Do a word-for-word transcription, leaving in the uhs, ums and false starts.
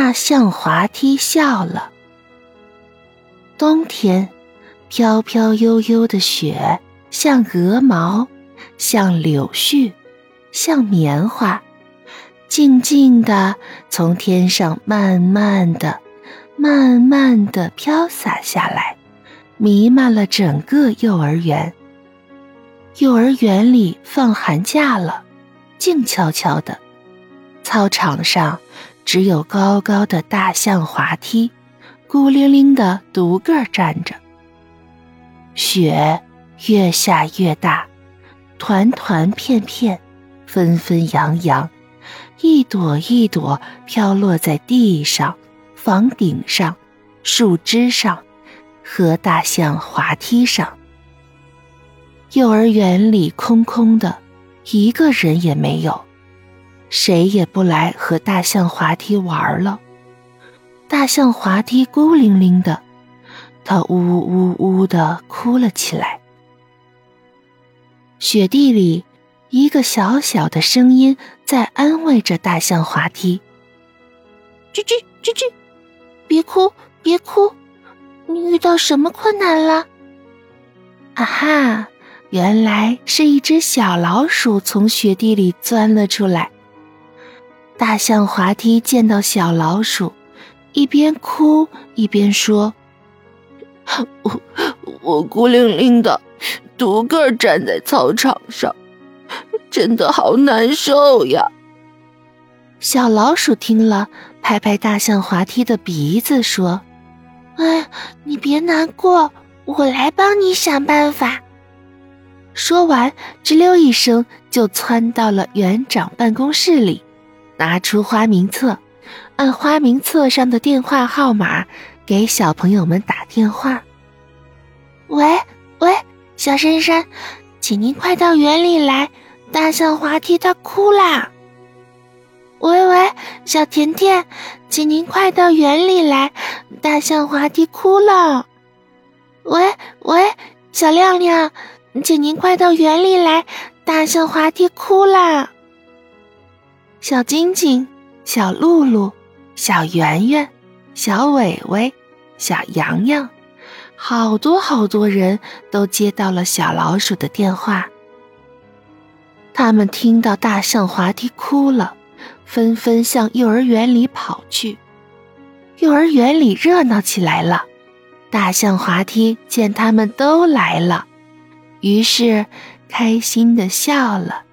大象滑梯笑了。冬天，飘飘悠悠的雪像鹅毛，像柳絮，像棉花，静静地从天上慢慢地、慢慢地飘洒下来，弥漫了整个幼儿园。幼儿园里放寒假了，静悄悄的，操场上只有高高的大象滑梯，孤零零的独个站着。雪越下越大，团团片片，纷纷扬扬，一朵一朵飘落在地上、房顶上、树枝上和大象滑梯上。幼儿园里空空的，一个人也没有，谁也不来和大象滑梯玩了。大象滑梯孤零零的，它呜呜呜地哭了起来。雪地里，一个小小的声音在安慰着大象滑梯：吱吱吱吱，别哭别哭，你遇到什么困难了？啊哈，原来是一只小老鼠从雪地里钻了出来。大象滑梯见到小老鼠，一边哭一边说：我我孤零零的独个站在操场上，真的好难受呀。小老鼠听了，拍拍大象滑梯的鼻子说：哎，你别难过，我来帮你想办法。说完，吱溜一声就窜到了园长办公室里，拿出花名册，按花名册上的电话号码给小朋友们打电话。喂喂，小珊珊，请您快到园里来，大象滑梯它哭啦。喂喂，小甜甜，请您快到园里来，大象滑梯哭了。喂喂，小亮亮，请您快到园里来，大象滑梯哭啦。小晶晶、小露露、小圆圆、小伟伟、小洋洋，好多好多人都接到了小老鼠的电话。他们听到大象滑梯哭了，纷纷向幼儿园里跑去。幼儿园里热闹起来了，大象滑梯见他们都来了，于是开心地笑了。